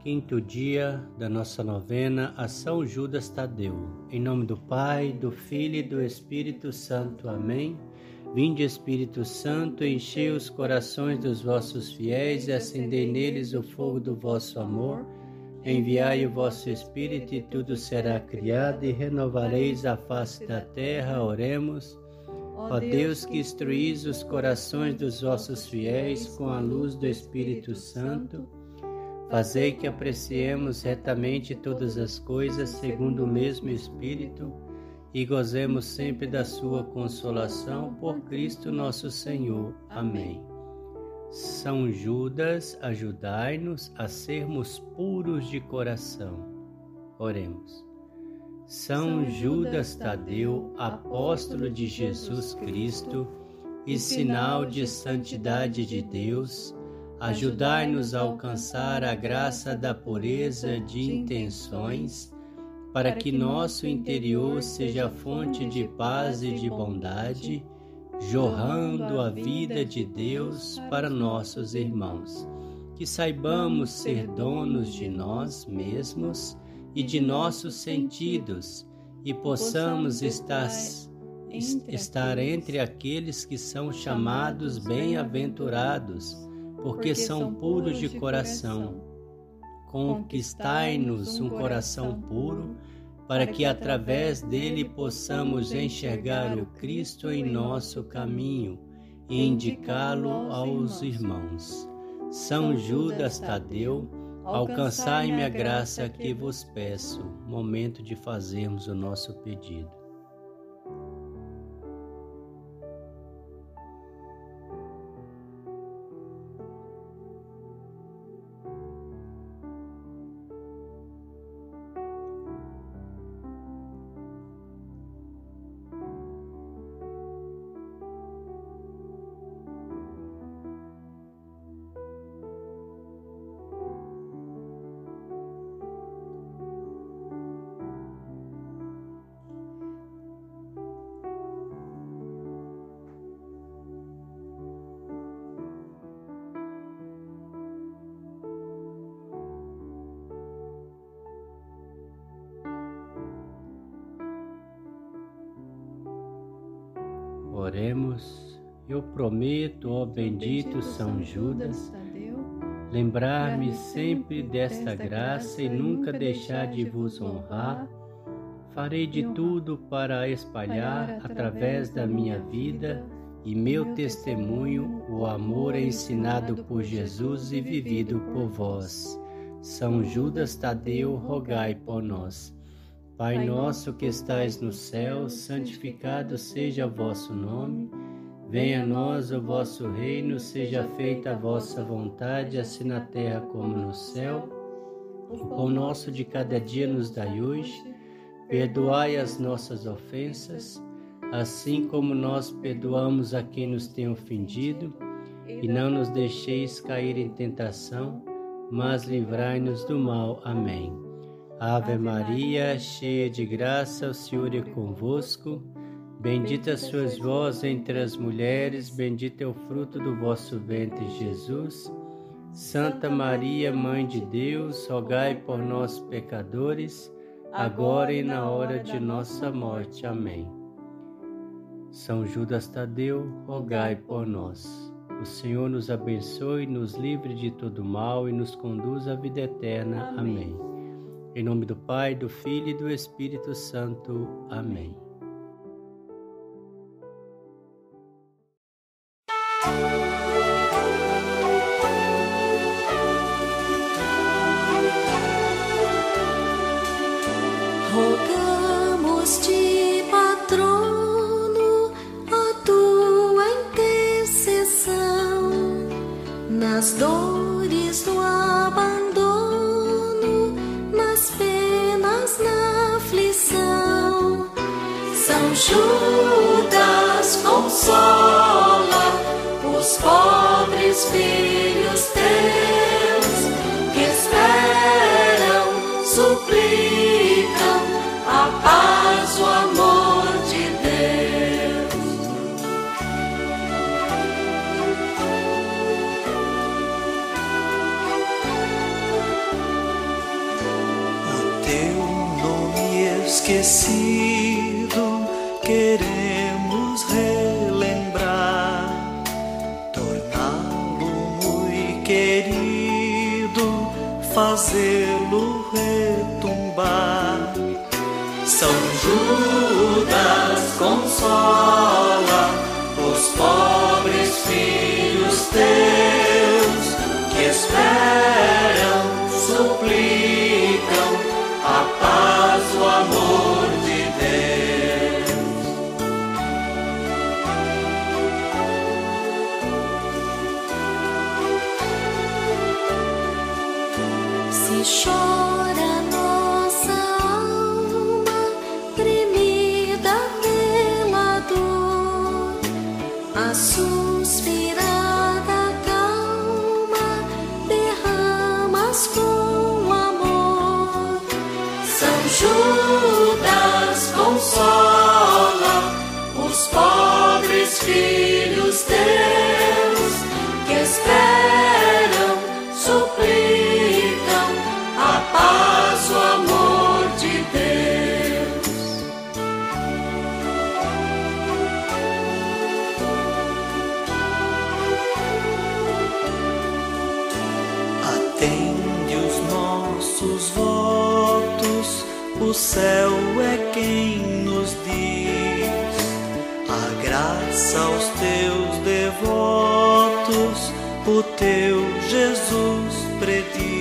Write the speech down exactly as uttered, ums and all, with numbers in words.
Quinto dia da nossa novena a São Judas Tadeu. Em nome do Pai, do Filho e do Espírito Santo. Amém. Vinde, Espírito Santo, enchei os corações dos vossos fiéis e acendei neles o fogo do vosso amor. Enviai o vosso Espírito e tudo será criado e renovareis a face da terra. Oremos. Ó Deus, que instruís os corações dos vossos fiéis com a luz do Espírito Santo, fazei que apreciemos retamente todas as coisas segundo o mesmo Espírito e gozemos sempre da sua consolação por Cristo nosso Senhor. Amém. São Judas, ajudai-nos a sermos puros de coração. Oremos. São Judas Tadeu, apóstolo de Jesus Cristo e sinal de santidade de Deus, ajudai-nos a alcançar a graça da pureza de intenções, para que nosso interior seja fonte de paz e de bondade, jorrando a vida de Deus para nossos irmãos. Que saibamos ser donos de nós mesmos e de nossos sentidos, e possamos estar, estar entre aqueles que são chamados bem-aventurados, porque são puros de coração. Conquistai-nos um coração puro, para que através dele possamos enxergar o Cristo em nosso caminho e indicá-lo aos irmãos. São Judas Tadeu, alcançai-me a graça que vos peço. Momento de fazermos o nosso pedido. Oremos. Eu prometo, ó bendito São Judas, lembrar-me sempre desta graça e nunca deixar de vos honrar. Farei de tudo para espalhar, através da minha vida e meu testemunho, o amor ensinado por Jesus e vivido por vós. São Judas Tadeu, rogai por nós. Pai nosso que estais no céu, santificado seja o vosso nome. Venha a nós o vosso reino, seja feita a vossa vontade, assim na terra como no céu. O pão nosso de cada dia nos dai hoje. Perdoai as nossas ofensas, assim como nós perdoamos a quem nos tem ofendido. E não nos deixeis cair em tentação, mas livrai-nos do mal. Amém. Ave Maria, cheia de graça, o Senhor é convosco. Bendita sois vós entre as mulheres, bendito é o fruto do vosso ventre, Jesus. Santa Maria, Mãe de Deus, rogai por nós, pecadores, agora e na hora de nossa morte. Amém. São Judas Tadeu, rogai por nós. O Senhor nos abençoe, nos livre de todo mal e nos conduz à vida eterna. Amém. Em nome do Pai, do Filho e do Espírito Santo. Amém. Rogamos-te, patrono, a tua intercessão nas dores do abandono, nas penas, na aflição. São Judas, consola os pobres filhos teus que esperam, suplicam a paz, o amor de Deus. teu nome esquecido queremos relembrar, torná-lo muito querido, fazê-lo retumbar. São Judas consola os pobres filhos teus que esperam, suplicam a paz, o amor de Deus. Se chora nossa alma, tremida pela dor, a suspirada calma derramas com amor. São Judas consola os pobres filhos teus que esperam, suplicam a paz, o amor de Deus. Atende os nossos votos, o céu é quem nos diz a graça aos teus devotos, o teu Jesus prediz.